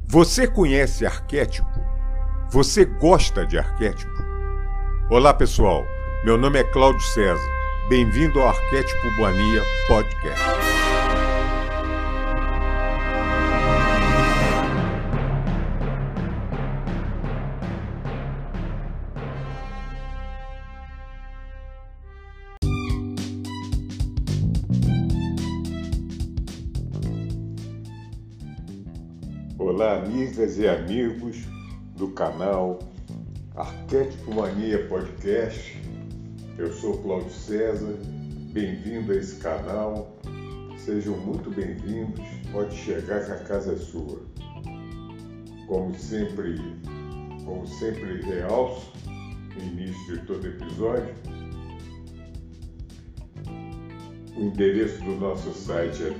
Você conhece arquétipo? Você gosta de arquétipo? Olá, pessoal. Meu nome é Cláudio César. Bem-vindo ao Arquétipo Mania Podcast. Olá, amigas e amigos do canal Arquétipo Mania Podcast. Eu sou Cláudio César, bem-vindo a esse canal. Sejam muito bem-vindos, pode chegar que a casa é sua. Como sempre realço no início de todo episódio, o endereço do nosso site é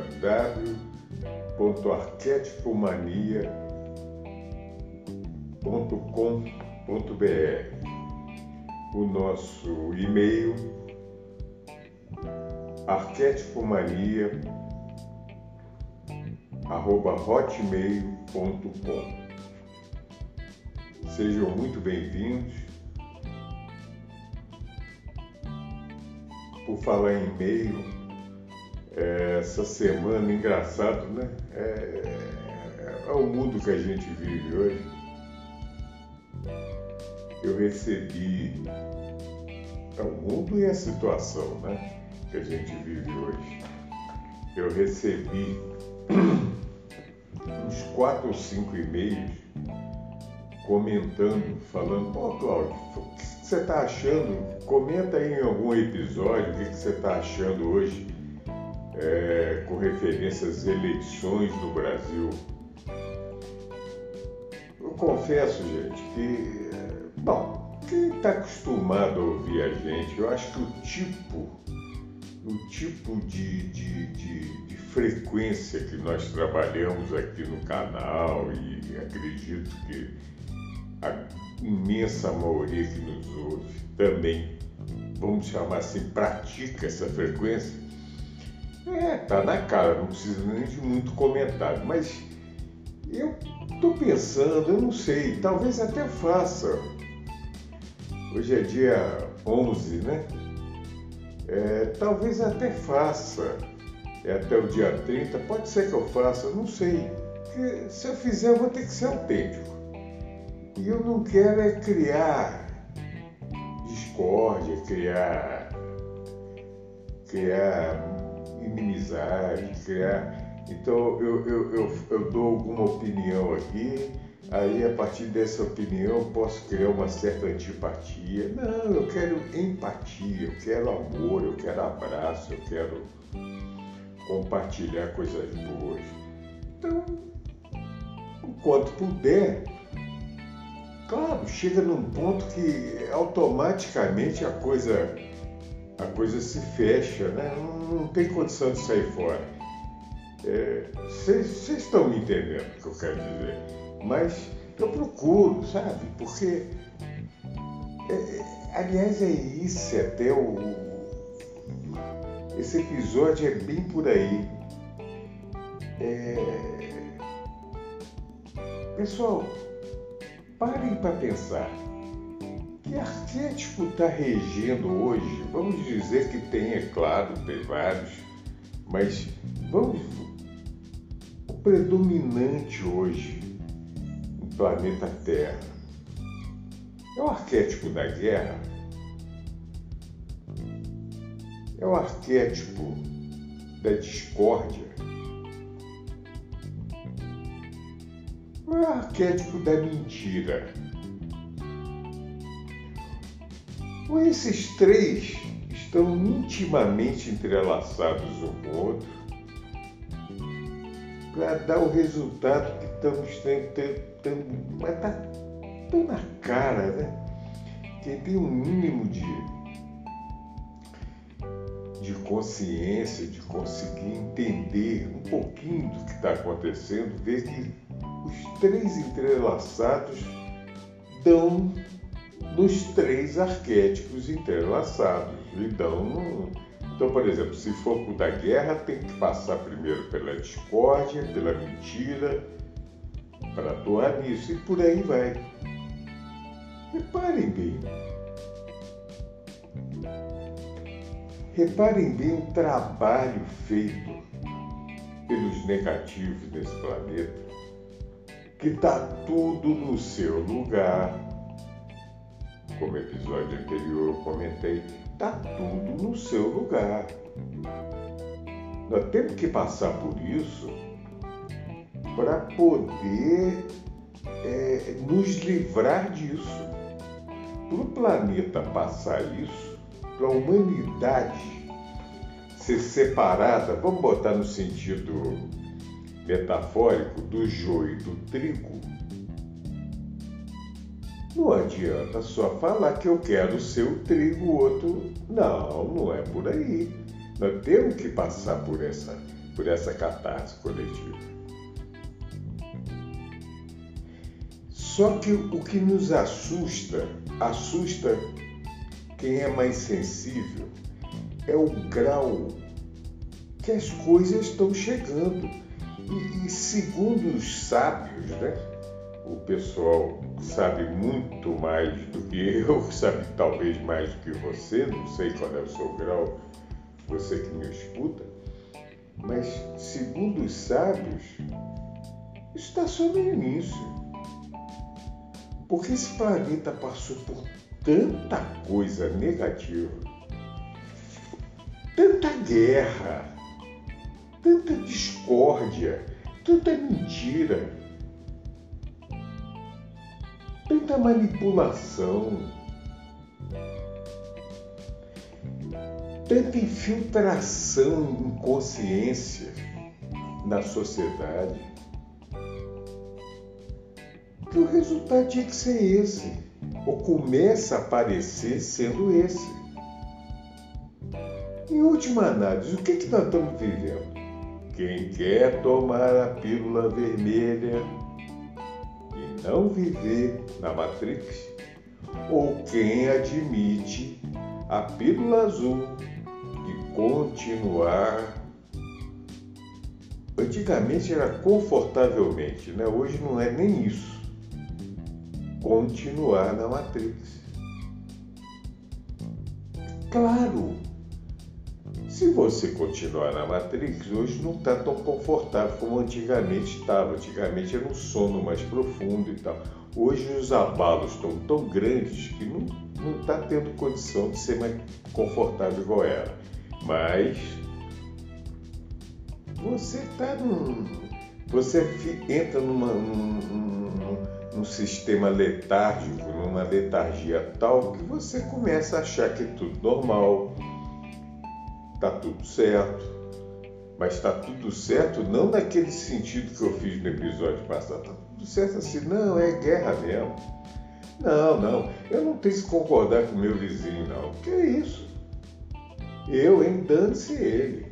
www.arquetipomania.com.br. O nosso e-mail arquetipomania@hotmail.com. Sejam muito bem-vindos. Por falar em e-mail, essa semana, engraçado, né? É o mundo que a gente vive hoje. Eu recebi o mundo e a situação, né, que a gente vive hoje. Eu recebi uns 4 ou 5 e-mails comentando, falando: pô, Cláudio, o que você está achando? Comenta aí em algum episódio o que você está achando hoje com referência às eleições no Brasil. Eu confesso, gente, que, quem está acostumado a ouvir a gente, eu acho que o tipo de frequência que nós trabalhamos aqui no canal, e acredito que a imensa maioria que nos ouve também, vamos chamar assim, pratica essa frequência, tá na cara, não precisa nem de muito comentário, mas eu estou pensando, eu não sei, talvez até faça. Hoje é dia 11, né? Talvez até faça, até o dia 30, pode ser que eu faça, não sei. Porque se eu fizer, eu vou ter que ser autêntico. E eu não quero criar discórdia, criar inimizade, Então eu dou alguma opinião aqui. Aí, a partir dessa opinião, eu posso criar uma certa antipatia. Não, eu quero empatia, eu quero amor, eu quero abraço, eu quero compartilhar coisas boas. Então, enquanto puder, claro, chega num ponto que automaticamente a coisa se fecha, né? Não tem condição de sair fora. Vocês estão me entendendo o que eu quero dizer. Mas eu procuro, sabe? Porque, aliás, esse episódio é bem por aí. Pessoal, parem para pensar. Que arquétipo está regendo hoje? Vamos dizer que tem, é claro, tem vários, mas o predominante hoje planeta Terra é o arquétipo da guerra? É o arquétipo da discórdia? Ou é o arquétipo da mentira? Ou esses três estão intimamente entrelaçados um com o outro para dar o resultado que estamos tentando? Mas está tão na cara, né? Quem tem um mínimo de consciência, de conseguir entender um pouquinho do que está acontecendo, vê que os três entrelaçados dão nos três arquétipos entrelaçados. Então, por exemplo, se for o da guerra, tem que passar primeiro pela discórdia, pela mentira para atuar nisso, e por aí vai. Reparem bem. Reparem bem o trabalho feito pelos negativos desse planeta, que está tudo no seu lugar. Como episódio anterior eu comentei, está tudo no seu lugar. Nós temos que passar por isso para poder nos livrar disso. Para o planeta passar isso, para a humanidade ser separada, vamos botar no sentido metafórico, do joio e do trigo, não adianta só falar que eu quero ser o trigo, o outro. Não é por aí. Nós temos que passar por essa catarse coletiva. Só que o que nos assusta quem é mais sensível, é o grau que as coisas estão chegando. E segundo os sábios, né? O pessoal sabe muito mais do que eu, sabe talvez mais do que você, não sei qual é o seu grau, você que me escuta, mas segundo os sábios, isso está só no início. Porque esse planeta passou por tanta coisa negativa, tanta guerra, tanta discórdia, tanta mentira, tanta manipulação, tanta infiltração em consciência na sociedade, que o resultado tinha que ser esse, ou começa a aparecer sendo esse. Em última análise, o que nós estamos vivendo? Quem quer tomar a pílula vermelha e não viver na Matrix, ou quem admite a pílula azul e continuar. Antigamente era confortavelmente, né? Hoje não é nem isso. Continuar na Matrix. Claro, se você continuar na Matrix, hoje não está tão confortável como antigamente estava. Antigamente era um sono mais profundo e tal. Hoje os abalos estão tão grandes que não está tendo condição de ser mais confortável igual era. Mas você entra num sistema letárgico, numa letargia tal que você começa a achar que é tudo normal, está tudo certo, mas está tudo certo não naquele sentido que eu fiz no episódio passado, está tudo certo assim, não, é guerra mesmo. Não, eu não tenho que concordar com o meu vizinho, não, que é isso? Dane-se ele.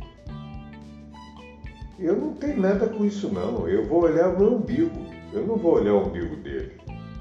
Eu não tenho nada com isso, não, eu vou olhar o meu umbigo. Eu não vou olhar o umbigo dele.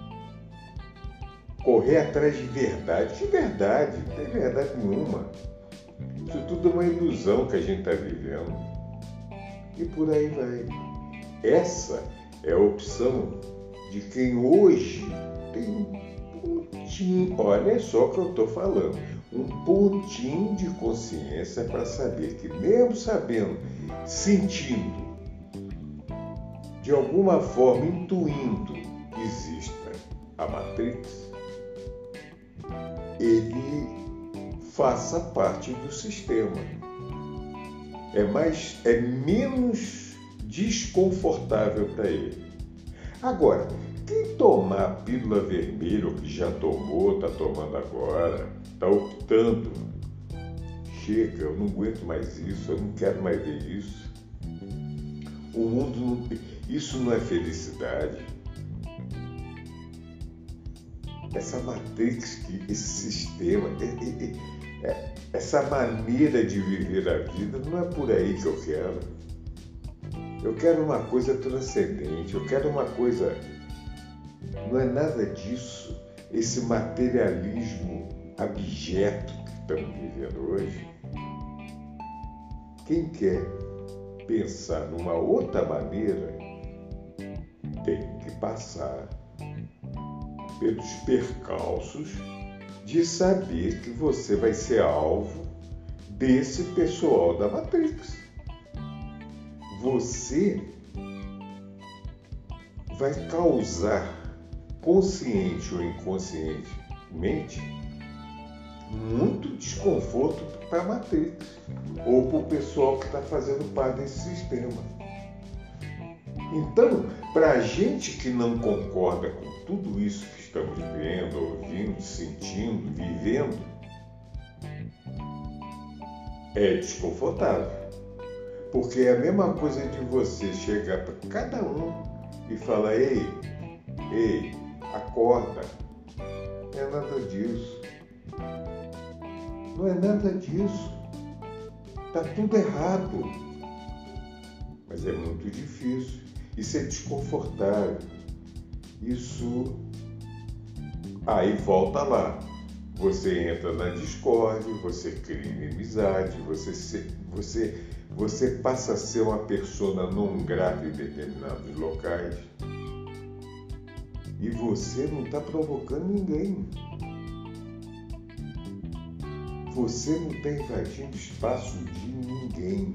Correr atrás de verdade. Que verdade? Não tem verdade nenhuma. Isso tudo é uma ilusão que a gente está vivendo. E por aí vai. Essa é a opção de quem hoje tem um pontinho. Olha só o que eu estou falando. Um pontinho de consciência para saber que mesmo sabendo, sentindo, de alguma forma intuindo que exista a Matrix, ele faça parte do sistema. É menos desconfortável para ele. Agora, quem tomar a pílula vermelha, ou que já tomou, está tomando agora, está optando, chega, eu não aguento mais isso, eu não quero mais ver isso. O mundo não... Isso não é felicidade. Essa Matrix, esse sistema, essa maneira de viver a vida, não é por aí que eu quero. Eu quero uma coisa transcendente, eu quero uma coisa... Não é nada disso, esse materialismo abjeto que estamos vivendo hoje. Quem quer pensar numa outra maneira, tem que passar pelos percalços de saber que você vai ser alvo desse pessoal da Matrix. Você vai causar, consciente ou inconscientemente, muito desconforto para a Matrix ou para o pessoal que está fazendo parte desse sistema. Então, para a gente que não concorda com tudo isso que estamos vendo, ouvindo, sentindo, vivendo, é desconfortável. Porque é a mesma coisa de você chegar para cada um e falar: ei, acorda. Não é nada disso. Não é nada disso. Está tudo errado. Mas é muito difícil. Isso é desconfortável. Isso... Aí volta lá. Você entra na discórdia, você cria inimizade, você passa a ser uma persona não grata em determinados locais. E você não está provocando ninguém. Você não está invadindo espaço de ninguém.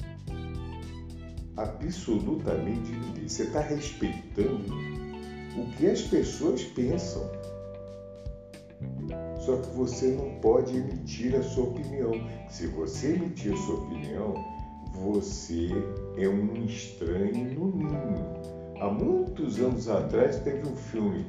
Absolutamente ninguém. Você está respeitando o que as pessoas pensam. Só que você não pode emitir a sua opinião. Se você emitir a sua opinião, você é um estranho no mínimo. Há muitos anos atrás teve um filme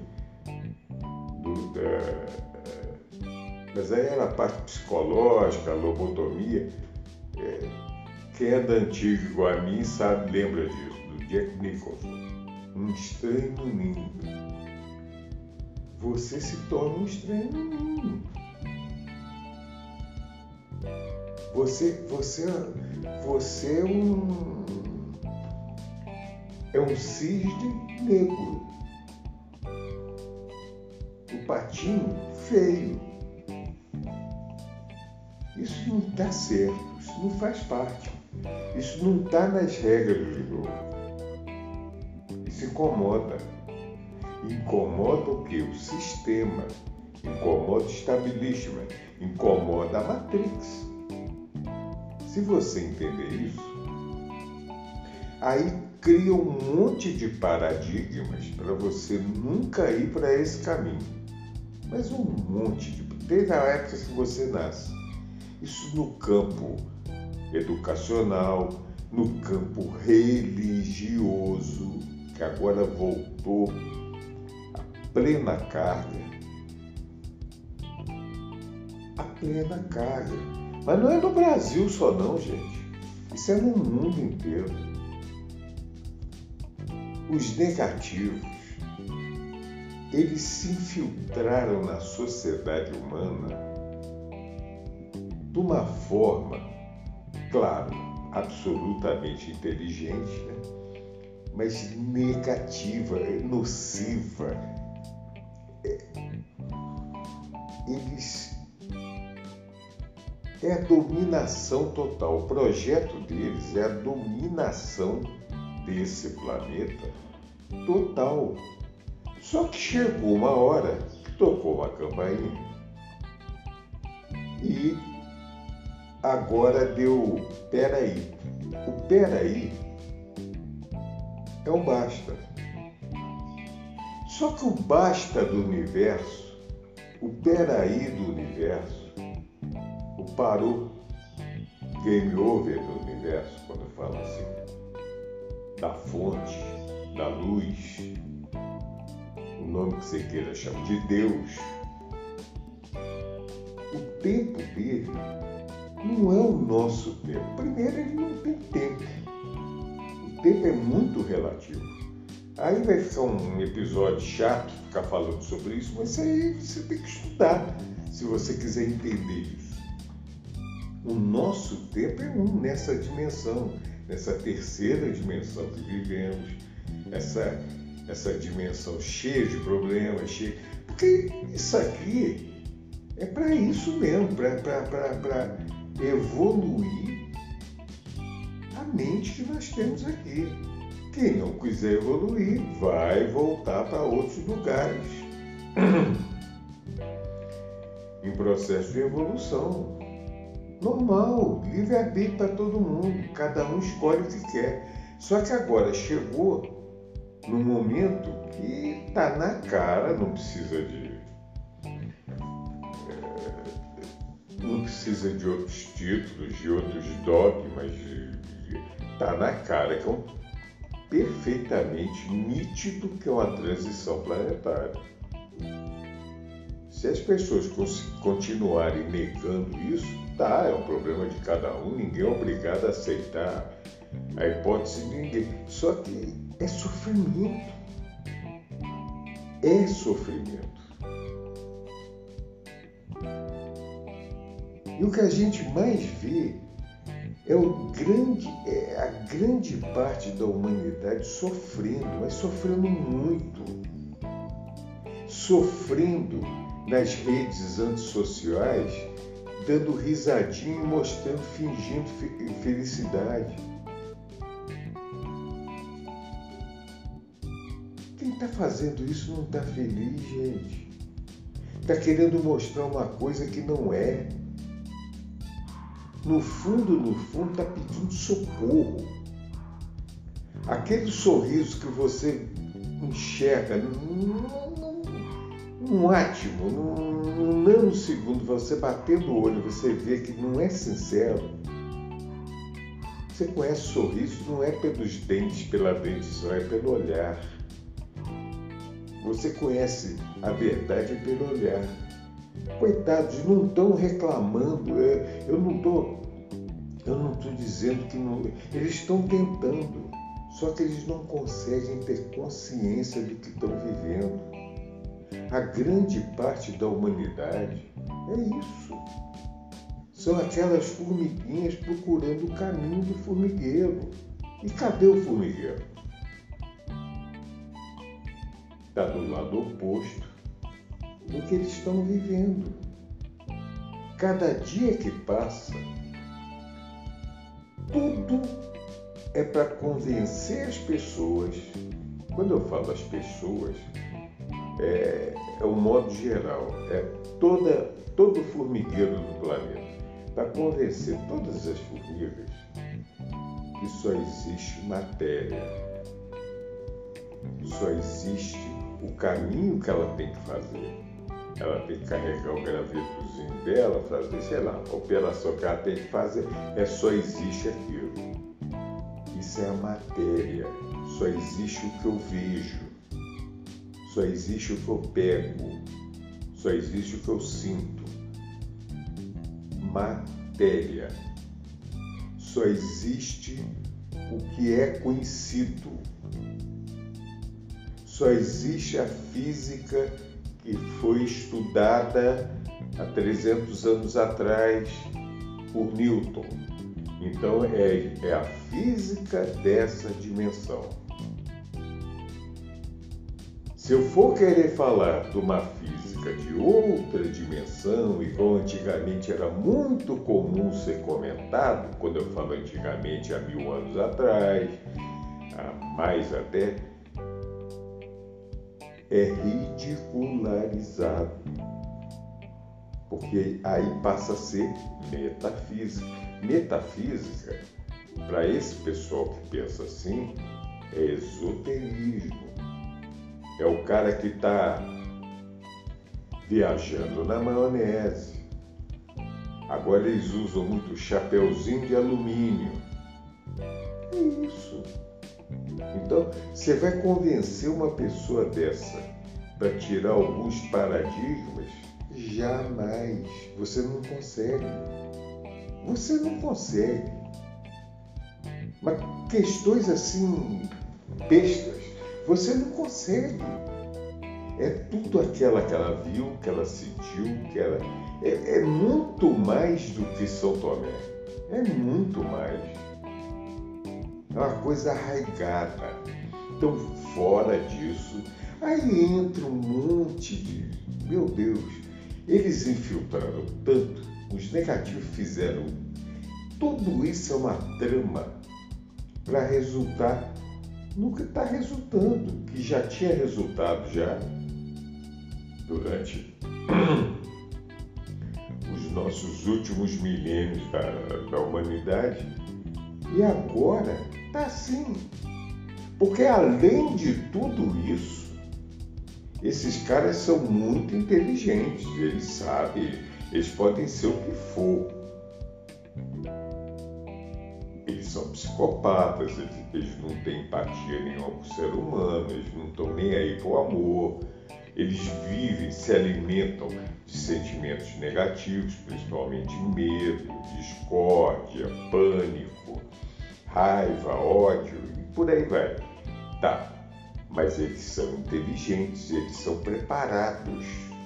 mas aí era a parte psicológica, a lobotomia. Quem é da antiga igual a mim sabe, lembra disso, do Jack Nicholson. Um estranho no ninho. Você se torna um estranho no ninho. Você é um cisne negro. O patinho feio. Isso não está certo, isso não faz parte. Isso não está nas regras do jogo. Isso incomoda. Incomoda o quê? O sistema. Incomoda o establishment. Incomoda a Matrix. Se você entender isso, aí cria um monte de paradigmas para você nunca ir para esse caminho. Mas um monte desde a época que você nasce. Isso no campo educacional, no campo religioso, que agora voltou a plena carga. A plena carga. Mas não é no Brasil só não, gente. Isso é no mundo inteiro. Os negativos, eles se infiltraram na sociedade humana de uma forma, claro, absolutamente inteligente, né? Mas negativa, nociva. É a dominação total. O projeto deles é a dominação desse planeta total. Só que chegou uma hora que tocou uma campainha e agora deu peraí. O peraí é o basta. Só que o basta do universo, o peraí do universo, o parou, game over do universo, quando eu falo assim, da fonte, da luz, o nome que você queira chamar, de Deus. O tempo dele não é o nosso tempo. Primeiro, ele não tem tempo. O tempo é muito relativo. Aí vai ficar um episódio chato ficar falando sobre isso, mas isso aí você tem que estudar se você quiser entender isso. O nosso tempo é nessa dimensão, nessa terceira dimensão que vivemos, essa dimensão cheia de problemas, porque isso aqui é para isso mesmo, para evoluir a mente que nós temos aqui, Quem não quiser evoluir vai voltar para outros lugares. Em processo de evolução. Normal, livre-arbítrio para todo mundo, cada um escolhe o que quer. Só que agora chegou num momento que está na cara, não precisa de outros títulos, de outros dogmas, está na cara que é perfeitamente nítido que é uma transição planetária. Se as pessoas continuarem negando isso, é um problema de cada um, ninguém é obrigado a aceitar a hipótese de ninguém. Só que é sofrimento. É sofrimento. E o que a gente mais vê é a grande parte da humanidade sofrendo, mas sofrendo muito. Sofrendo nas redes antissociais, dando risadinha e mostrando, fingindo felicidade. Quem está fazendo isso não está feliz, gente. Está querendo mostrar uma coisa que não é. No fundo, está pedindo socorro. Aquele sorriso que você enxerga num átimo, num nanosegundo, você batendo o olho, você vê que não é sincero. Você conhece o sorriso, não é pelos dentes, pela dentição, é pelo olhar. Você conhece a verdade pelo olhar. Coitados, não estão reclamando. Eu não estou dizendo que não. Eles estão tentando, só que eles não conseguem ter consciência do que estão vivendo. A grande parte da humanidade é isso. São aquelas formiguinhas procurando o caminho do formigueiro. E cadê o formigueiro? Está do lado oposto do que eles estão vivendo. Cada dia que passa, tudo é para convencer as pessoas. Quando eu falo as pessoas, é o modo geral, é todo formigueiro do planeta, para convencer todas as formigas que só existe matéria, só existe o caminho que ela tem que fazer. Ela tem que carregar o gravetozinho dela, fazer, sei lá, a operação que ela tem que fazer, só existe aquilo. Isso é a matéria, só existe o que eu vejo, só existe o que eu pego, só existe o que eu sinto. Matéria. Só existe o que é conhecido. Só existe a física que foi estudada há 300 anos atrás por Newton. Então é a física dessa dimensão. Se eu for querer falar de uma física de outra dimensão, igual antigamente era muito comum ser comentado, quando eu falo antigamente, há 1000 anos atrás, há mais até, é ridicularizado, porque aí passa a ser metafísica. Metafísica, para esse pessoal que pensa assim, é esoterismo. É o cara que está viajando na maionese. Agora eles usam muito chapeuzinho de alumínio. É isso. Então, você vai convencer uma pessoa dessa para tirar alguns paradigmas? Jamais. Você não consegue. Você não consegue. Mas questões assim, bestas, você não consegue. É tudo aquela que ela viu, que ela sentiu, que ela... É muito mais do que São Tomé. É muito mais. É uma coisa arraigada. Então, fora disso, aí entra um monte de... Meu Deus, eles infiltraram tanto, os negativos fizeram... Tudo isso é uma trama para resultar nunca está resultando, que já tinha resultado já durante os nossos últimos milênios da humanidade, e agora está assim. Porque além de tudo isso, esses caras são muito inteligentes, eles sabem, eles podem ser o que for. Eles são psicopatas, eles não têm empatia nenhuma por ser humano, eles não estão nem aí pro amor, eles vivem, se alimentam de sentimentos negativos, principalmente medo, discórdia, pânico, raiva, ódio e por aí vai. Tá, mas eles são inteligentes, eles são preparados.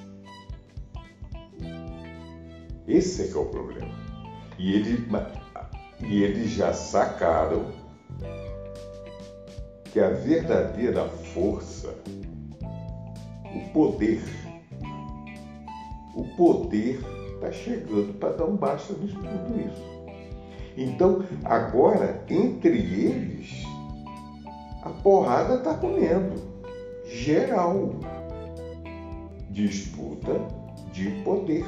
Esse é que é o problema. E eles já sacaram que a verdadeira força, o poder está chegando para dar um basta nisso tudo isso. Então, agora, entre eles, a porrada está comendo. Geral. Disputa de poder.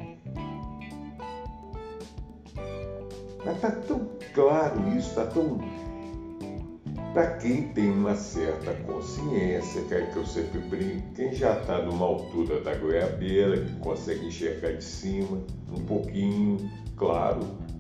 Mas está tão claro isso, está tão... Para quem tem uma certa consciência, que é que eu sempre brinco, quem já está numa altura da goiabeira, que consegue enxergar de cima, um pouquinho, claro.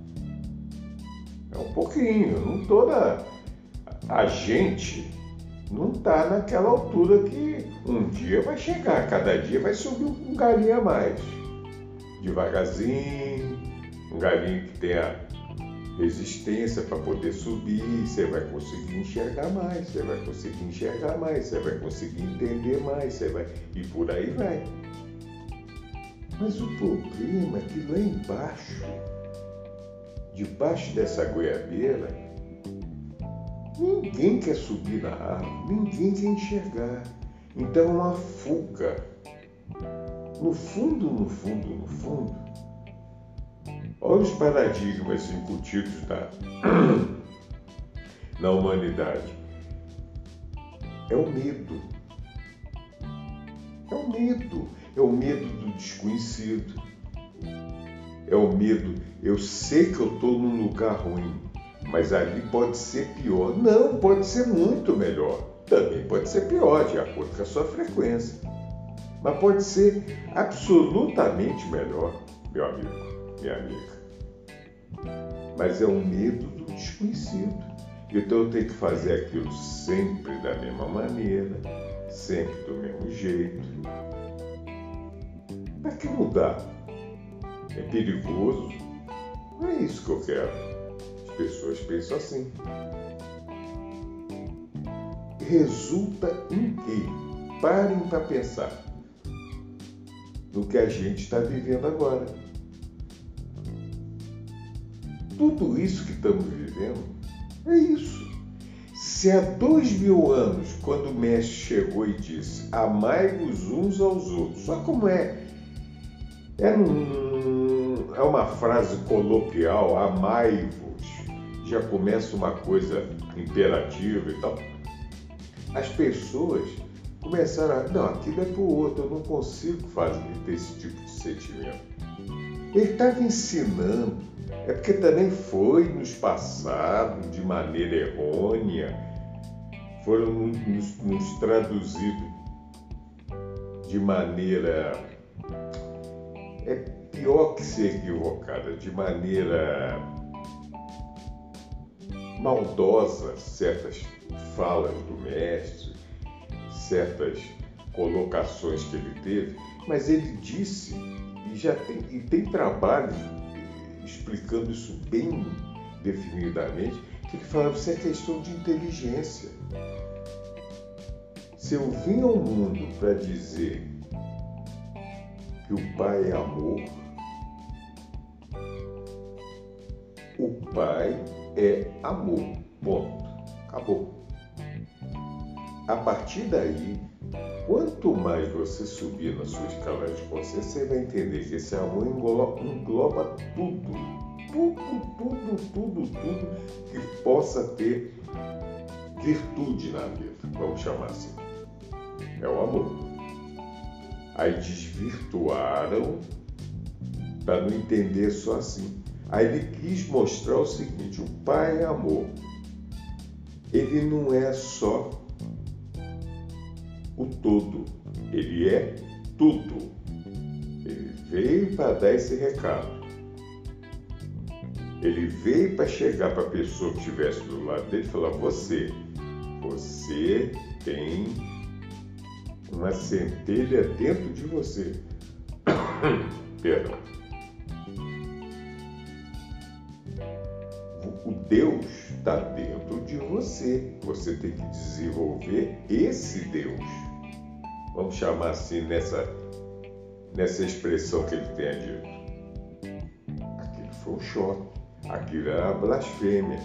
É um pouquinho, não toda... A gente não está naquela altura que um dia vai chegar, cada dia vai subir um galinho a mais. Devagarzinho, um galinho que tenha resistência para poder subir, você vai conseguir enxergar mais, você vai conseguir enxergar mais, você vai conseguir entender mais, você vai... e por aí vai. Mas o problema é que lá embaixo, debaixo dessa goiabeira, ninguém quer subir na árvore, ninguém quer enxergar. Então é uma fuga. No fundo, olha os paradigmas incutidos na humanidade. É o medo. É o medo. É o medo do desconhecido. É o medo. Eu sei que eu estou num lugar ruim, mas ali pode ser pior. Não, pode ser muito melhor. Também pode ser pior, de acordo com a sua frequência. Mas pode ser absolutamente melhor, meu amigo, minha amiga. Mas é o medo do desconhecido. Então eu tenho que fazer aquilo sempre da mesma maneira, sempre do mesmo jeito. Para que mudar? É perigoso? Não é isso que eu quero. As pessoas pensam assim. Resulta em quê? Parem para pensar no que a gente está vivendo agora. Tudo isso que estamos vivendo é isso. Se há 2000 anos, quando o mestre chegou e disse: amai-vos uns aos outros, só como é uma frase coloquial, amai-vos, já começa uma coisa imperativa e tal. As pessoas começaram a... Não, aquilo é para o outro, eu não consigo ter esse tipo de sentimento. Ele estava ensinando, é porque também foi nos passado de maneira errônea, foram nos traduzido de maneira... É pior que ser equivocada, de maneira maldosa, certas falas do mestre, certas colocações que ele teve, mas ele disse, e tem trabalhos explicando isso bem definidamente, que ele falava: isso é questão de inteligência. Se eu vim ao mundo para dizer que o Pai é amor, o Pai é amor, ponto, acabou. A partir daí, quanto mais você subir na sua escala de consciência, você vai entender que esse amor engloba tudo que possa ter virtude na vida, vamos chamar assim. É o amor. Aí desvirtuaram para não entender só assim. Aí ele quis mostrar o seguinte: o Pai é amor. Ele não é só o todo, ele é tudo. Ele veio para dar esse recado. Ele veio para chegar para a pessoa que estivesse do lado dele e falar: você tem uma centelha dentro de você. Perdão. O Deus está dentro de você. Você tem que desenvolver esse Deus. Vamos chamar assim nessa expressão que ele tenha dito. Aquilo foi um choque. Aquilo era uma blasfêmia.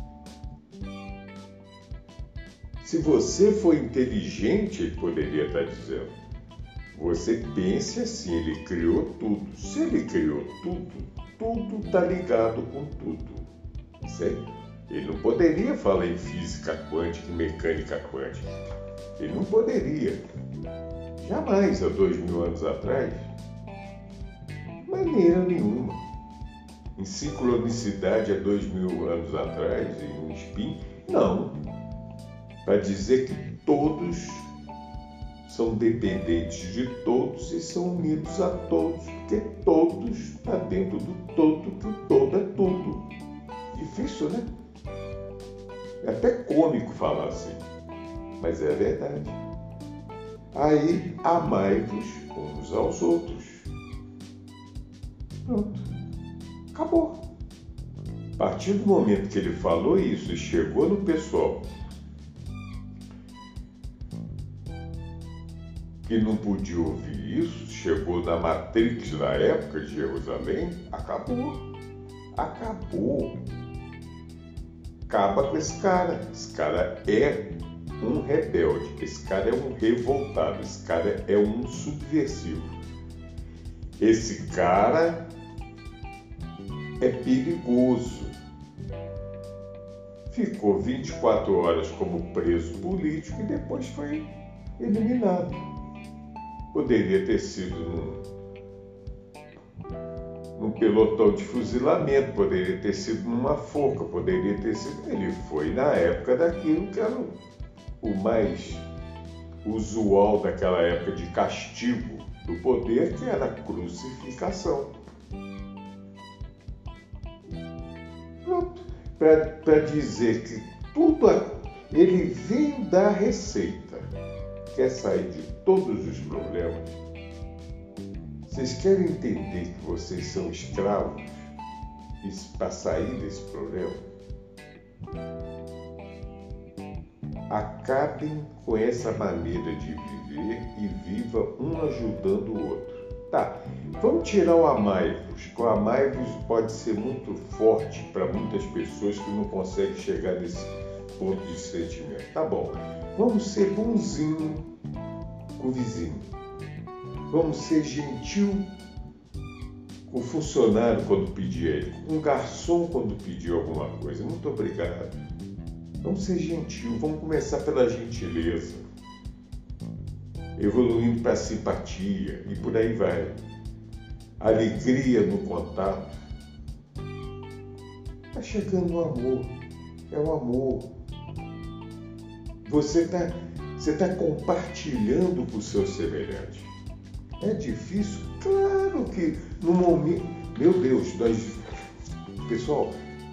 Se você for inteligente, ele poderia estar dizendo: você pense assim, ele criou tudo. Se ele criou tudo, tudo está ligado com tudo. Certo? Ele não poderia falar em física quântica e mecânica quântica. Ele não poderia. Jamais, há 2000 anos atrás. De maneira nenhuma. Em sincronicidade há 2000 anos atrás, em um spin, não. Para dizer que todos são dependentes de todos e são unidos a todos, porque todos está dentro do todo, que o todo é tudo. Difícil, né? É até cômico falar assim, mas é verdade. Aí, amai-vos uns aos outros. Pronto. Acabou. A partir do momento que ele falou isso e chegou no pessoal que não podia ouvir isso, chegou na Matrix na época de Jerusalém, acabou. Acabou. Acaba com esse cara. Esse cara é um rebelde, esse cara é um revoltado, esse cara é um subversivo. Esse cara é perigoso. Ficou 24 horas como preso político e depois foi eliminado. Poderia ter sido num pelotão de fuzilamento, poderia ter sido numa forca, poderia ter sido... Ele foi na época daquilo que era o mais usual daquela época de castigo do poder, que era a crucificação. Pronto. Para dizer que tudo... Ele veio dar receita. Quer sair de todos os problemas? Vocês querem entender que vocês são escravos para sair desse problema? Acabem com essa maneira de viver e viva um ajudando o outro. Tá, vamos tirar o amai-vos. O amai-vos pode ser muito forte para muitas pessoas que não conseguem chegar nesse ponto de sentimento. Tá bom, vamos ser bonzinho com o vizinho. Vamos ser gentil com o funcionário quando pedir ele, com o garçom quando pedir alguma coisa. Muito obrigado. Vamos ser gentil, vamos começar pela gentileza, evoluindo para a simpatia e por aí vai. Alegria no contato. Está chegando o amor, é o amor. Você está compartilhando com o seu semelhante. É difícil? Claro que no momento... Meu Deus, pessoal,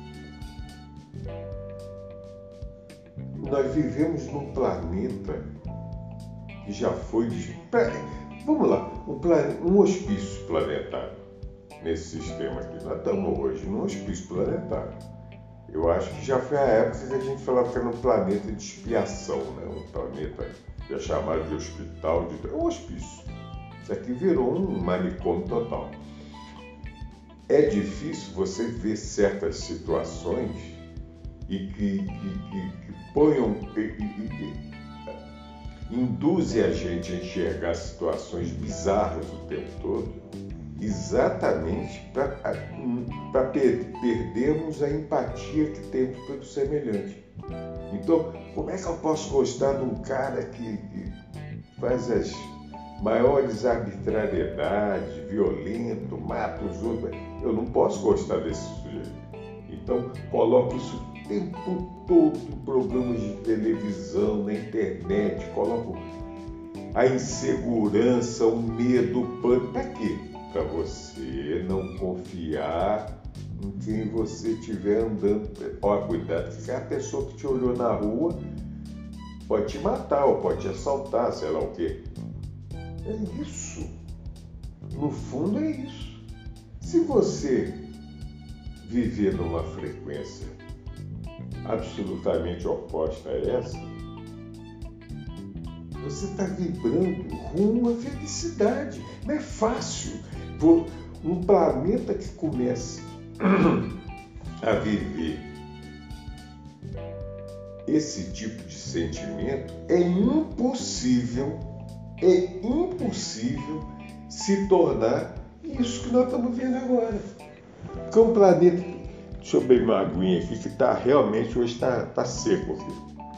nós vivemos num planeta que já foi... Vamos lá, um hospício planetário nesse sistema aqui. Nós estamos hoje num hospício planetário. Eu acho que já foi a época que a gente falava que era um planeta de expiação, né? Um planeta que é chamado de hospital, um hospício. Isso aqui virou um manicômio total. É difícil você ver certas situações e que ponham, induzem a gente a enxergar situações bizarras o tempo todo, exatamente para perdermos a empatia que temos pelo semelhante. Então, como é que eu posso gostar de um cara que faz as maiores arbitrariedades, violento, mata os outros? Eu não posso gostar desse sujeito. Então, coloco isso o tempo todo em programas de televisão, na internet, coloco a insegurança, o medo, o pânico. Para quê? Para você não confiar em quem você estiver andando. Ó, cuidado, que a pessoa que te olhou na rua pode te matar ou pode te assaltar, sei lá o quê. É isso. No fundo é isso. Se você viver numa frequência absolutamente oposta a essa, você está vibrando rumo à felicidade. Não é fácil. Um planeta que comece a viver esse tipo de sentimento, é impossível se tornar isso que nós estamos vendo agora. Que é um planeta, deixa eu beber uma aguinha aqui, que realmente hoje está seco aqui.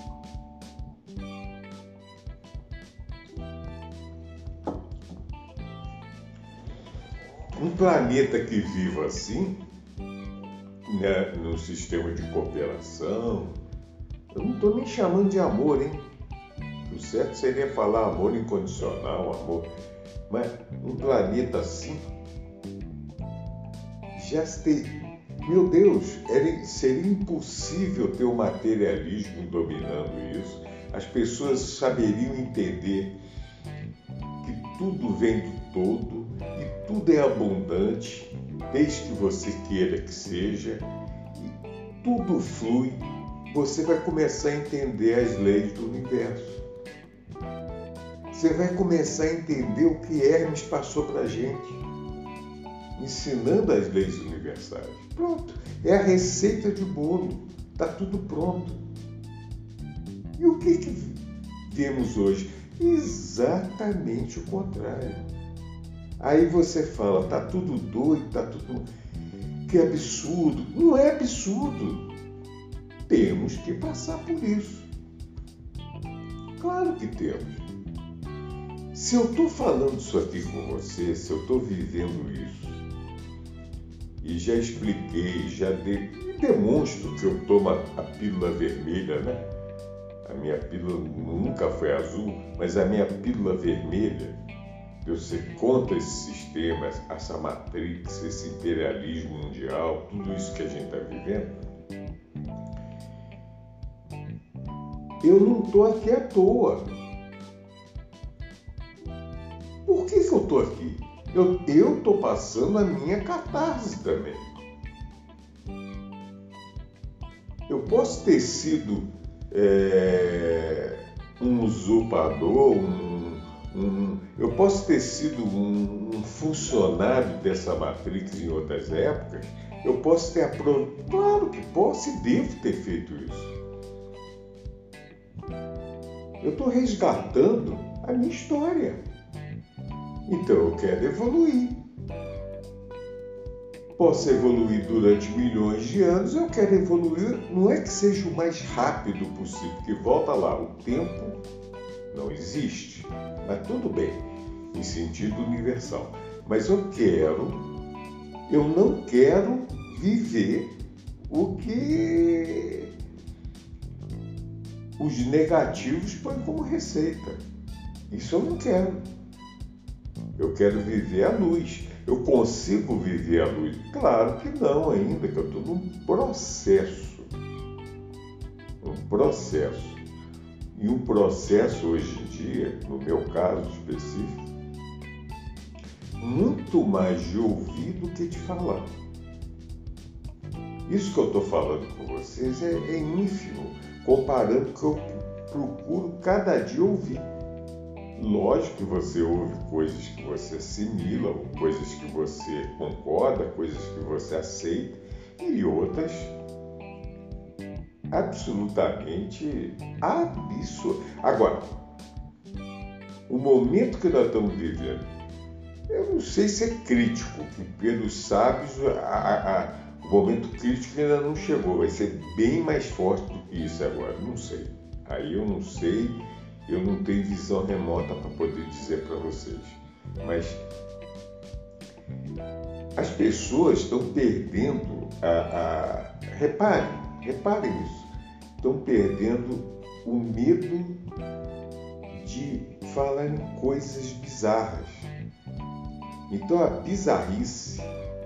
Um planeta que viva assim, né, no sistema de cooperação, eu não estou nem chamando de amor, hein? O certo seria falar amor incondicional, amor. Mas um planeta assim, meu Deus, seria impossível ter o materialismo dominando isso. As pessoas saberiam entender que tudo vem do todo e tudo é abundante, desde que você queira que seja, e tudo flui. Você vai começar a entender as leis do universo. Você vai começar a entender o que Hermes passou para a gente, ensinando as leis universais. Pronto, é a receita de bolo, está tudo pronto. E o que vemos hoje? Exatamente o contrário. Aí você fala, está tudo doido, está tudo... Que absurdo. Não é absurdo. Temos que passar por isso. Claro que temos. Se eu estou falando isso aqui com você, se eu estou vivendo isso, e já expliquei, e demonstro que eu tomo a pílula vermelha, né? A minha pílula nunca foi azul, mas a minha pílula vermelha, eu ser contra esse sistema, essa matrix, esse imperialismo mundial, tudo isso que a gente está vivendo, eu não estou aqui à toa. Por que eu estou aqui? Eu estou passando a minha catarse também. Eu posso ter sido um usurpador, eu posso ter sido um funcionário dessa matrix em outras épocas, eu posso ter aprontado, claro que posso e devo ter feito isso. Eu estou resgatando a minha história. Então eu quero evoluir. Posso evoluir durante milhões de anos, eu quero evoluir, não é que seja o mais rápido possível, porque volta lá, o tempo não existe, mas tudo bem, em sentido universal. Mas eu não quero viver o que os negativos põem como receita. Isso eu não quero. Eu quero viver a luz. Eu consigo viver a luz? Claro que não ainda, que eu estou num processo. E um processo hoje em dia, no meu caso específico, muito mais de ouvir do que de falar. Isso que eu estou falando com vocês é ínfimo, comparando com o que eu procuro cada dia ouvir. Lógico que você ouve coisas que você assimila, coisas que você concorda, coisas que você aceita e outras absolutamente absurdas. Agora, o momento que nós estamos vivendo, eu não sei se é crítico, que pelos sábios O momento crítico ainda não chegou, vai ser bem mais forte do que isso agora, não sei. Aí eu não sei, eu não tenho visão remota para poder dizer para vocês. Mas as pessoas estão perdendo reparem isso, estão perdendo o medo de falar em coisas bizarras. Então a bizarrice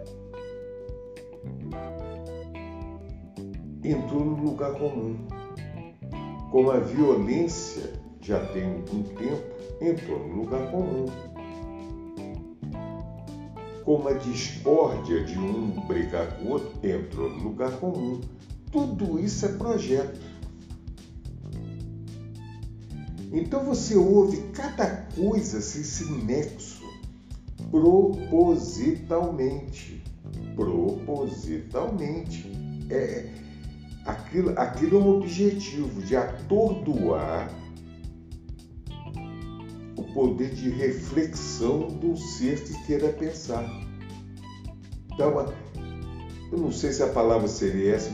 entrou no lugar comum. Como a violência já tem um tempo, entrou no lugar comum. Como a discórdia de um brigar com o outro, entrou no lugar comum. Tudo isso é projeto. Então você ouve cada coisa sem esse nexo, propositalmente. Aquilo é um objetivo de atordoar o poder de reflexão do ser que queira pensar. Então, eu não sei se a palavra seria essa,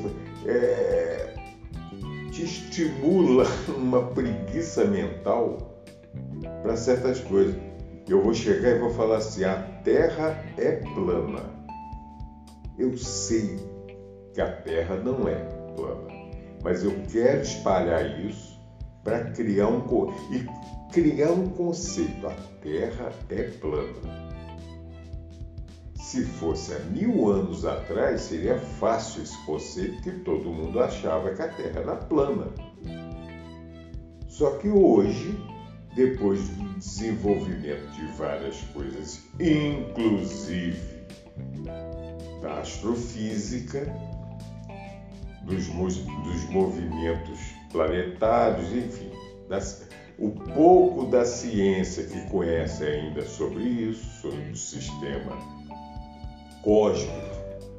te estimula uma preguiça mental para certas coisas. Eu vou chegar e vou falar assim, a Terra é plana. Eu sei que a Terra não é plana, mas eu quero espalhar isso para criar um conceito. A Terra é plana. Se fosse há 1000 anos atrás, seria fácil esse conceito, que todo mundo achava que a Terra era plana. Só que hoje, depois do desenvolvimento de várias coisas, inclusive da astrofísica, dos movimentos planetários, enfim, o pouco da ciência que conhece ainda sobre isso, sobre o sistema cósmico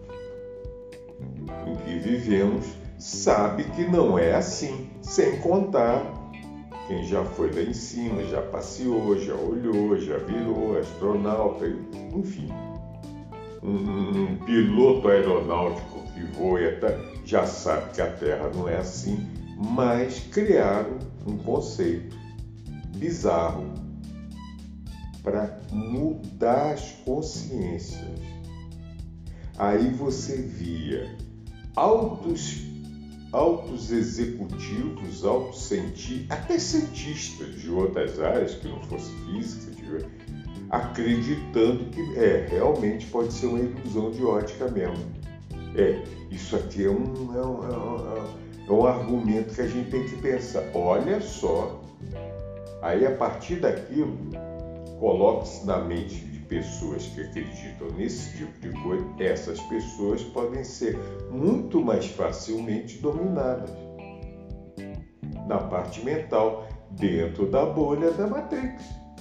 em que vivemos, sabe que não é assim, sem contar quem já foi lá em cima, já passeou, já olhou, já virou astronauta, enfim. Um piloto aeronáutico que voa já sabe que a Terra não é assim, mas criaram um conceito bizarro para mudar as consciências. Aí você via altos executivos, altos cientistas, até cientistas de outras áreas que não fosse física, acreditando que realmente pode ser uma ilusão de ótica mesmo. Isso aqui é um argumento que a gente tem que pensar. Olha só, aí a partir daquilo, coloca-se na mente de pessoas que acreditam nesse tipo de coisa, essas pessoas podem ser muito mais facilmente dominadas na parte mental, dentro da bolha da Matrix.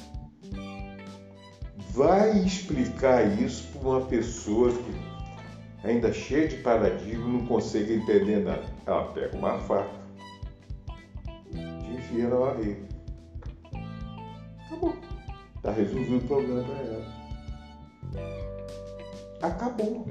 Vai explicar isso para uma pessoa que ainda cheia de paradigma, não consegue entender nada. Ela pega uma faca, te enfia na barriga. Acabou. Está resolvido o problema para ela. Acabou.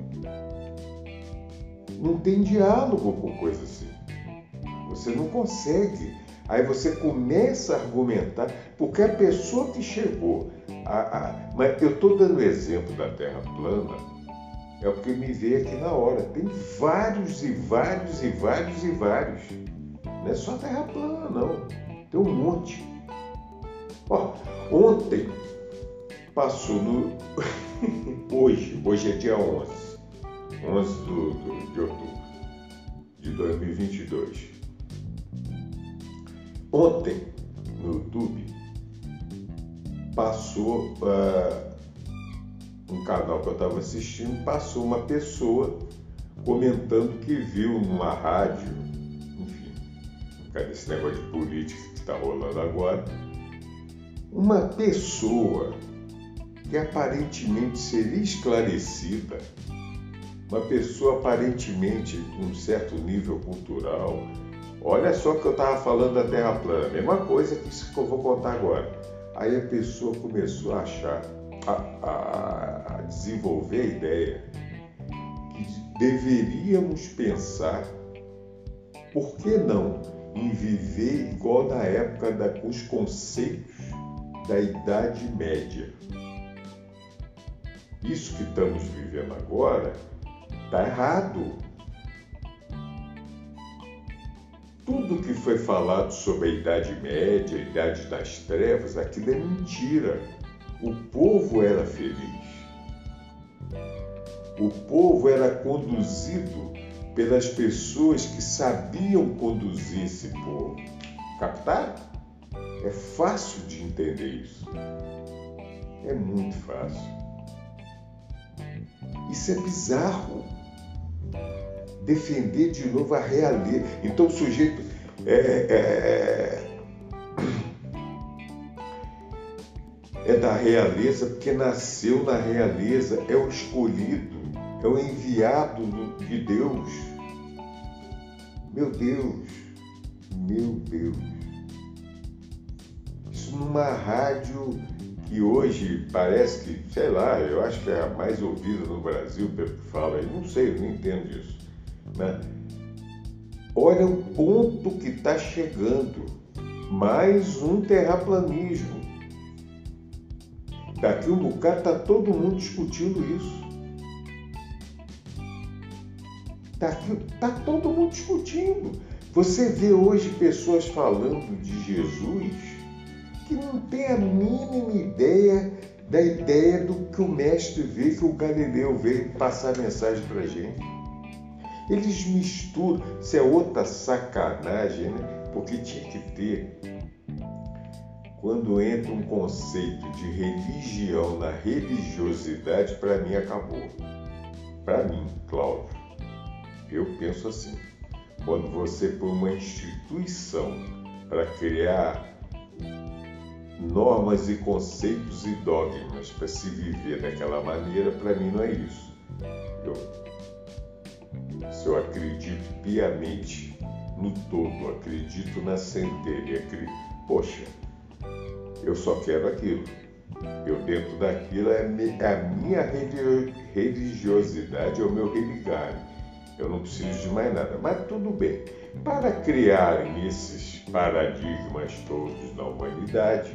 Não tem diálogo com coisa assim. Você não consegue. Aí você começa a argumentar, porque a pessoa que chegou mas eu estou dando o exemplo da Terra plana, é porque me veio aqui na hora. Tem vários. Não é só Terra plana, não. Tem um monte. Ontem passou hoje é dia 11 de outubro de 2022. Ontem, no YouTube, passou um canal que eu estava assistindo, passou uma pessoa comentando que viu numa rádio, enfim, por causa desse negócio de política que está rolando agora, uma pessoa que aparentemente seria esclarecida, uma pessoa aparentemente com um certo nível cultural. Olha só que eu estava falando da Terra plana, mesma coisa que isso que eu vou contar agora. Aí a pessoa começou a achar, a desenvolver a ideia que deveríamos pensar, por que não, em viver igual na época com os conceitos da Idade Média. Isso que estamos vivendo agora está errado. Tudo que foi falado sobre a Idade Média, a Idade das Trevas, aquilo é mentira. O povo era feliz. O povo era conduzido pelas pessoas que sabiam conduzir esse povo. Captaram? É fácil de entender isso. É muito fácil. Isso é bizarro. Defender de novo a realeza. Então o sujeito é da realeza porque nasceu na realeza, é o escolhido, é o enviado de Deus. Meu Deus, meu Deus. Isso numa rádio que hoje parece que, sei lá, eu acho que é a mais ouvida no Brasil, pelo que fala, eu não sei, eu não entendo isso. Né? Olha o ponto que está chegando. Mais um terraplanismo. Daqui um bocado está todo mundo discutindo isso. Está todo mundo discutindo. Você vê hoje pessoas falando de Jesus que não tem a mínima ideia da ideia do que o mestre vê, que o Galileu veio passar mensagem para a gente. Eles misturam, isso é outra sacanagem, né? Porque tinha que ter. Quando entra um conceito de religião na religiosidade, para mim acabou. Para mim, Cláudio, eu penso assim. Quando você põe uma instituição para criar normas e conceitos e dogmas para se viver daquela maneira, para mim não é isso. Se eu acredito piamente no todo, acredito na centelha, poxa, eu só quero aquilo. Eu dentro daquilo é a minha religiosidade, é o meu religar. Eu não preciso de mais nada, mas tudo bem. Para criarem esses paradigmas todos na humanidade,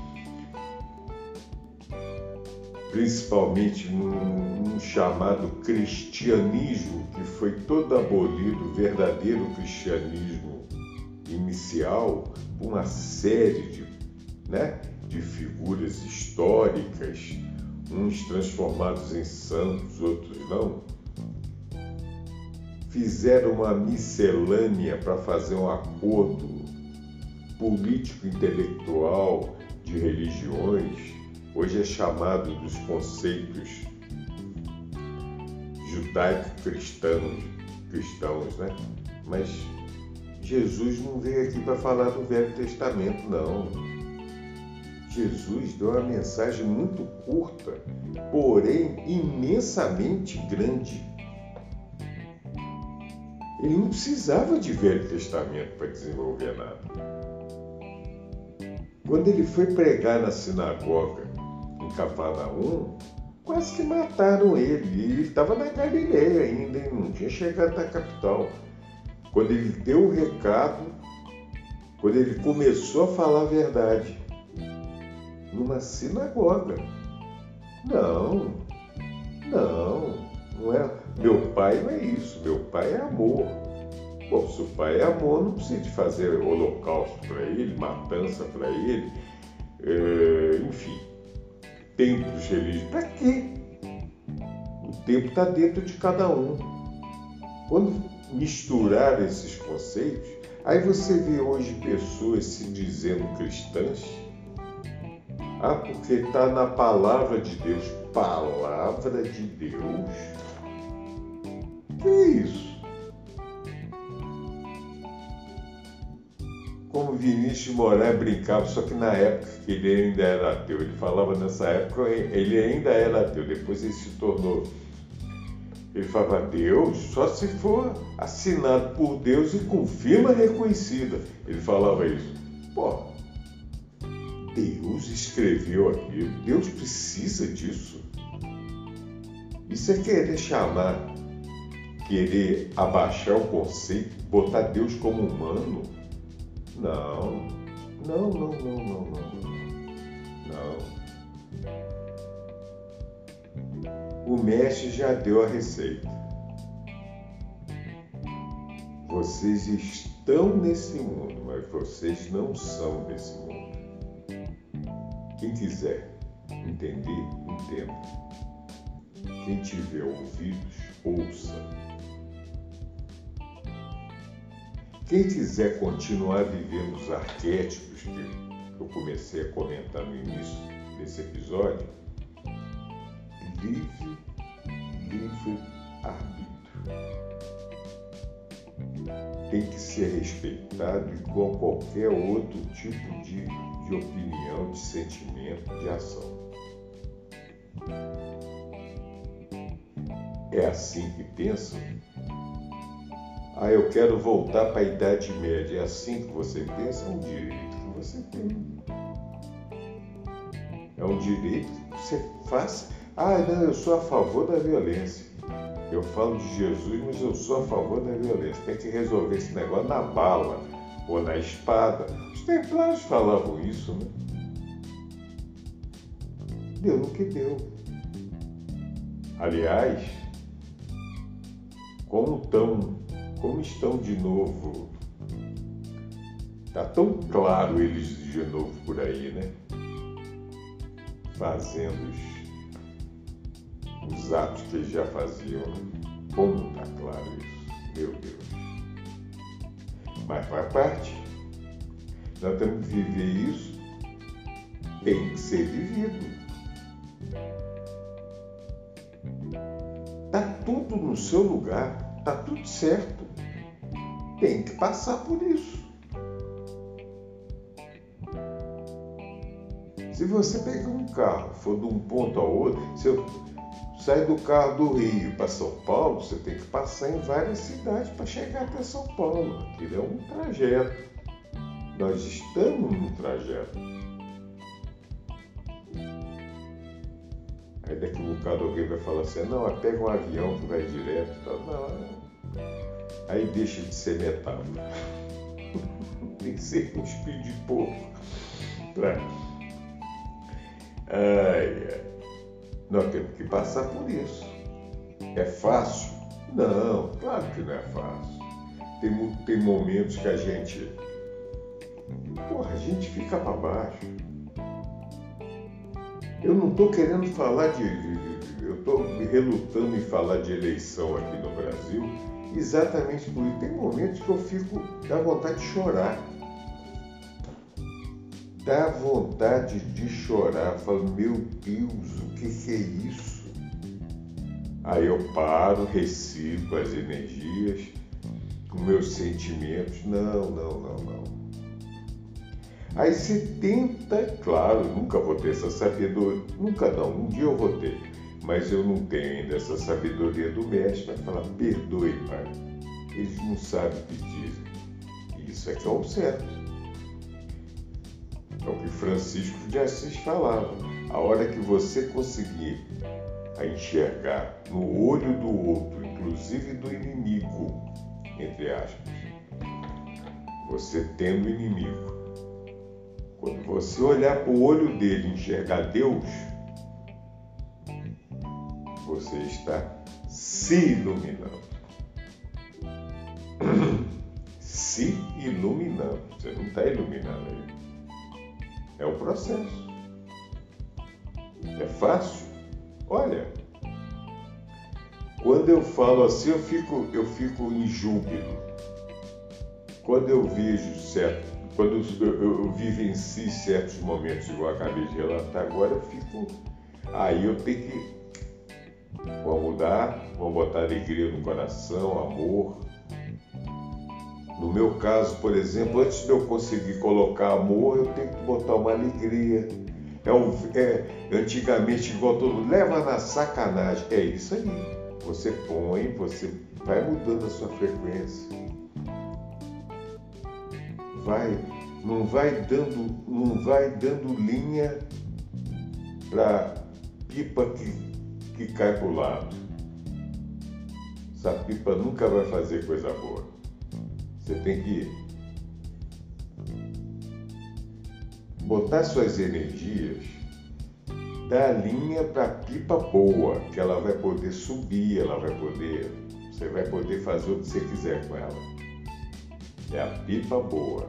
principalmente num chamado cristianismo, que foi todo abolido, o verdadeiro cristianismo inicial, uma série de figuras históricas, uns transformados em santos, outros não, fizeram uma miscelânea para fazer um acordo político-intelectual de religiões. Hoje é chamado dos conceitos judaico-cristãos, né? Mas Jesus não veio aqui para falar do Velho Testamento, não. Jesus deu uma mensagem muito curta, porém imensamente grande. Ele não precisava de Velho Testamento para desenvolver nada. Quando ele foi pregar na sinagoga em Cafarnaum, quase que mataram ele. E ele estava na Galileia ainda, hein? Não tinha chegado na capital. Quando ele deu o recado, quando ele começou a falar a verdade, numa sinagoga. Não é. Meu pai não é isso, meu pai é amor. Bom, se o pai é amor, não precisa de fazer holocausto para ele, matança para ele, enfim, templos religiosos. Para quê? O tempo está dentro de cada um. Quando misturar esses conceitos, aí você vê hoje pessoas se dizendo cristãs, porque está na palavra de Deus. Palavra de Deus? Que é isso? Como Vinícius de Moraes brincava, só que na época que ele ainda era ateu. Ele falava nessa época, ele ainda era ateu, depois ele se tornou. Ele falava, Deus, só se for assinado por Deus e com firma reconhecida. Ele falava isso. Pô, Deus escreveu aquilo, Deus precisa disso. Isso é querer chamar querer abaixar o conceito, botar Deus como humano. Não. O mestre já deu a receita. Vocês estão nesse mundo, mas vocês não são desse mundo. Quem quiser entender, entenda. Quem tiver ouvidos, ouça. Quem quiser continuar vivendo os arquétipos que eu comecei a comentar no início desse episódio, livre arbítrio. Tem que ser respeitado igual qualquer outro tipo de opinião, de sentimento, de ação. É assim que pensam? Eu quero voltar para a Idade Média. É assim que você pensa? É um direito que você tem. É um direito que você faça. Não, eu sou a favor da violência. Eu falo de Jesus, mas eu sou a favor da violência. Tem que resolver esse negócio na bala ou na espada. Os templários falavam isso, né? Deu no que deu. Aliás, como estão de novo, está tão claro eles de novo por aí, né? Fazendo os atos que eles já faziam, né? Como está claro isso, meu Deus. Mas faz parte. Nós temos que viver isso, tem que ser vivido. Está tudo no seu lugar, está tudo certo. Tem que passar por isso. Se você pegar um carro, for de um ponto ao outro, se eu sair do carro do Rio para São Paulo, você tem que passar em várias cidades para chegar até São Paulo. Aquilo é um trajeto. Nós estamos num trajeto. Aí daqui a bocado alguém vai falar assim, não, pega um avião que vai direto e tal. Não. Aí deixa de ser metáfora. Tem que ser um espírito de porco. Nós temos que passar por isso. É fácil? Não, claro que não é fácil. Tem momentos que a gente fica para baixo. Eu não estou querendo falar eu estou relutando em falar de eleição aqui no Brasil, exatamente por isso. Tem momentos que eu fico, dá vontade de chorar. Dá vontade de chorar. Falo, meu Deus, o que é isso? Aí eu paro, reciclo as energias, os meus sentimentos. Não. Aí você tenta, claro, nunca vou ter essa sabedoria, nunca não, um dia eu vou ter, mas eu não tenho ainda essa sabedoria do mestre para falar, perdoe, pai, eles não sabem o que dizem. Isso é que é o certo. É o que Francisco de Assis falava. A hora que você conseguir enxergar no olho do outro, inclusive do inimigo, entre aspas, você tendo inimigo, quando você olhar para o olho dele e enxergar Deus, você está se iluminando. Se iluminando. Você não está iluminando ele. É o processo. É fácil? Olha, quando eu falo assim, eu fico em júbilo. Quando eu vejo quando eu vivencio certos momentos, igual eu acabei de relatar agora, aí eu tenho que, vamos mudar, vamos botar alegria no coração, amor. No meu caso, por exemplo, antes de eu conseguir colocar amor, eu tenho que botar uma alegria. Antigamente, igual todo mundo, leva na sacanagem. É isso aí. Você vai mudando a sua frequência. Não vai dando linha para pipa que cai para o lado. essa pipa nunca vai fazer coisa boa. Você tem que botar suas energias da linha para a pipa boa, que ela vai poder subir, você vai poder fazer o que você quiser com ela. É a pipa boa.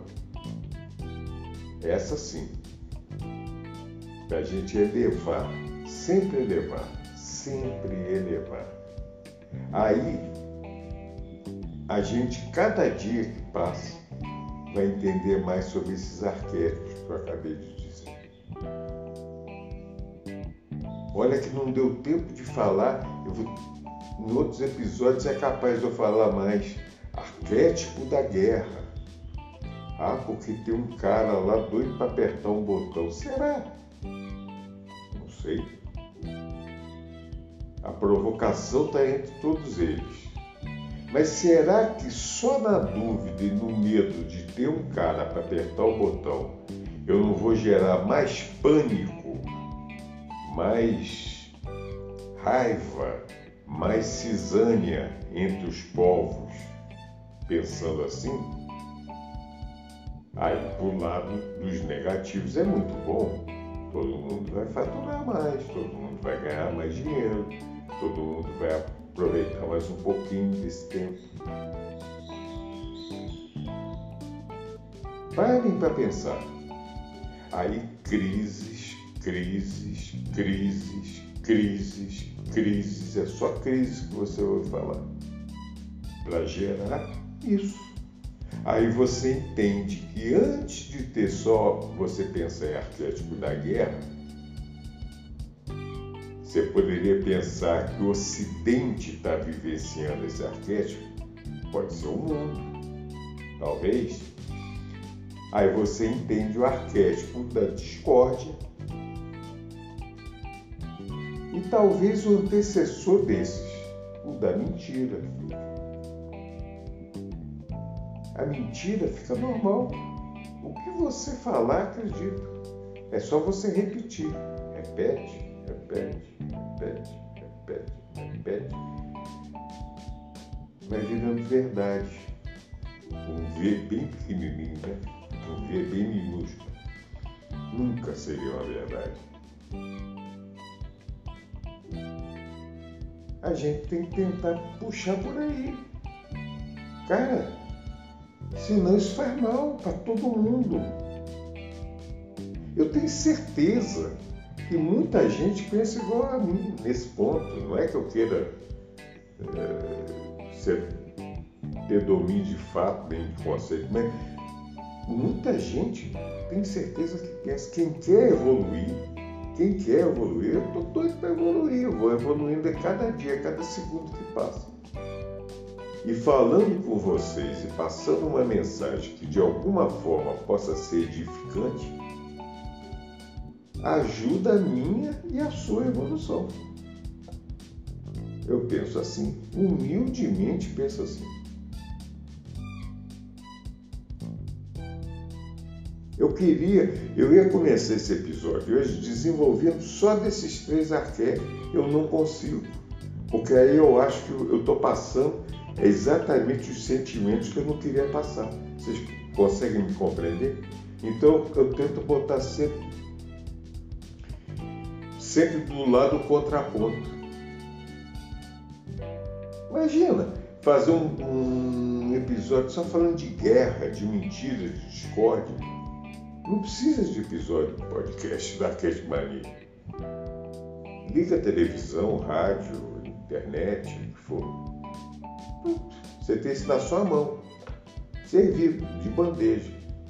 Essa sim. Para a gente elevar, sempre elevar, sempre elevar. Aí, a gente, cada dia que passa, vai entender mais sobre esses arquétipos que eu acabei de dizer. Olha que não deu tempo de falar, em outros episódios é capaz de eu falar mais. Arquétipo da guerra. Ah, porque tem um cara lá doido para apertar um botão. Será? Não sei. A provocação está entre todos eles. Mas será que só na dúvida e no medo de ter um cara para apertar o botão, eu não vou gerar mais pânico, mais raiva, mais cisânia entre os povos, pensando assim? Aí, pro lado dos negativos, é muito bom. Todo mundo vai faturar mais, todo mundo vai ganhar mais dinheiro, todo mundo vai aproveitar mais um pouquinho desse tempo. Parem para pensar. Aí, crises, é só crise que você ouve falar. Para gerar isso. Aí você entende que antes de ter só, você pensa em arquétipo da guerra, você poderia pensar que o Ocidente está vivenciando esse arquétipo. Pode ser o mundo, talvez. Aí você entende o arquétipo da discórdia. E talvez o antecessor desses, o da mentira. A mentira fica normal. O que você falar, acredita. É só você repetir. Repete. Vai virando verdade. Um V bem pequenininho, né? Um V bem minúsculo. Nunca seria uma verdade. A gente tem que tentar puxar por aí. Cara, senão isso faz mal para todo mundo. Eu tenho certeza que muita gente pensa igual a mim nesse ponto. Não é que eu queira ter domínio de fato, nem de conceito, mas muita gente tem certeza que pensa. Quem quer evoluir, eu estou doido para evoluir. Eu vou evoluindo a cada dia, a cada segundo que passa. E falando com vocês e passando uma mensagem que de alguma forma possa ser edificante, ajuda a minha e a sua evolução. Eu penso assim, humildemente penso assim. Eu ia começar esse episódio hoje desenvolvendo só desses 3 arquétipos. Eu não consigo, porque aí eu acho que eu estou passando exatamente os sentimentos que eu não queria passar. Vocês conseguem me compreender? Então eu tento botar sempre do lado do contraponto. Imagina fazer um episódio só falando de guerra, de mentira, de discórdia. Não precisa de episódio de podcast da Arquétipo Mania. Liga a televisão, rádio, internet, o que for. Você tem isso na sua mão, servido, de bandeja.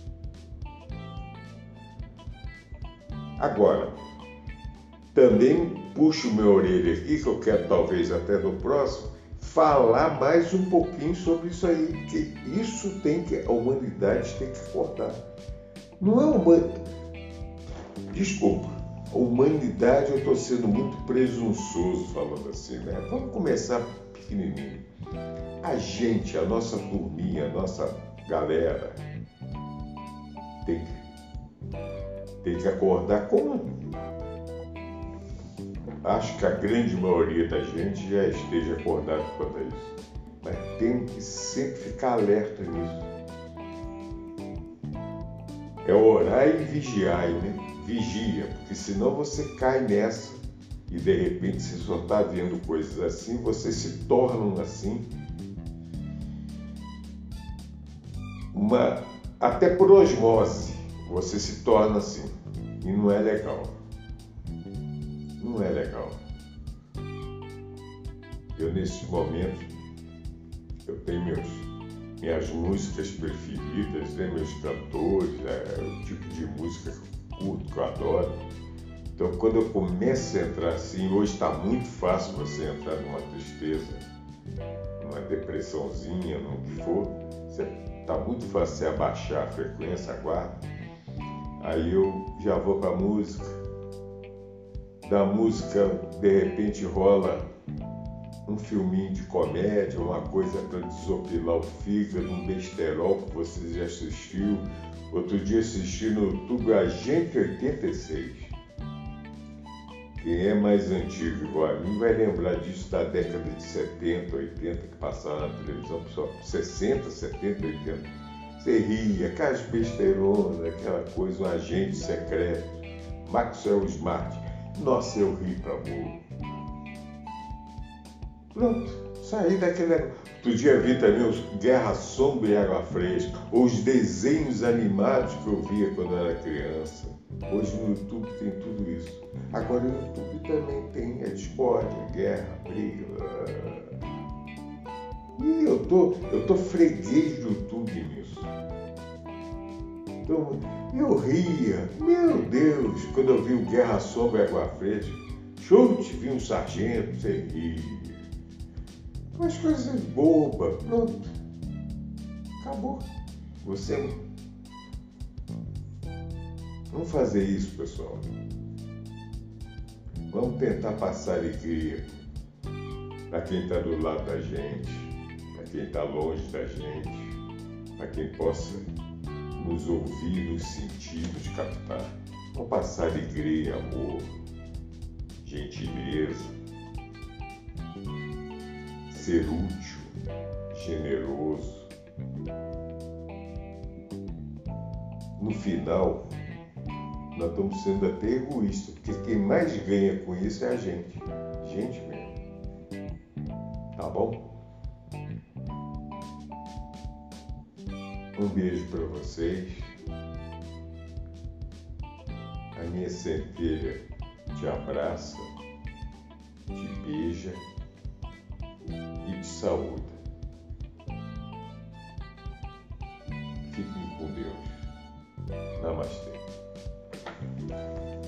Agora, também puxo minha orelha aqui, que eu quero talvez até no próximo, falar mais um pouquinho sobre isso aí, que isso a humanidade tem que acordar. Não é humanidade. Desculpa, a humanidade eu estou sendo muito presunçoso falando assim, né? Vamos começar pequenininho. A gente, a nossa turminha, a nossa galera, tem que acordar como? acho que a grande maioria da gente já esteja acordado quanto a isso. Mas tem que sempre ficar alerta nisso. É orar e vigiar, né? Vigia, porque senão você cai nessa e de repente você só está vendo coisas assim, você se torna assim. Até por osmose, você se torna assim. E não é legal. Não é legal. Eu, nesse momento, eu tenho minhas músicas preferidas, né? Meus cantores, o tipo de música que eu curto, que eu adoro. Então, quando eu começo a entrar assim, hoje está muito fácil você entrar numa tristeza, numa depressãozinha, no que for, está muito fácil você abaixar a frequência, a guarda. Aí eu já vou para a música. Da música, de repente, rola um filminho de comédia, uma coisa para desopilar o fígado, um besterol que você já assistiu. Outro dia assisti no YouTube Agente 86. Quem é mais antigo igual a mim vai lembrar disso da década de 70, 80, que passava na televisão, só 60, 70, 80. Você ria, aquelas besteironas, aquela coisa, um agente secreto, Maxwell Smart. Nossa, eu ri pra burro. Pronto, saí daquele negócio. Outro dia vi também os Guerra Sombra e Água Fresca, ou os desenhos animados que eu via quando eu era criança. Hoje no YouTube tem tudo isso. Agora no YouTube também tem a discórdia, guerra, briga. E eu tô freguês do YouTube nisso. Então, eu ria, meu Deus, quando eu vi o Guerra Sombra e Água Fresca. Chute, vi um sargento, você ria. Umas coisas bobas, pronto. Acabou. Você... Vamos fazer isso, pessoal. Vamos tentar passar alegria para quem está do lado da gente, para quem está longe da gente, para quem possa nos ouvir, nos sentir, nos captar. Vamos passar alegria, amor, gentileza, ser útil, generoso. No final, nós estamos sendo até egoístas, porque quem mais ganha com isso é a gente mesmo. Tá bom? Um beijo para vocês. A minha centelha te abraça, te beija e te saúda. Fiquem com Deus. Namastê.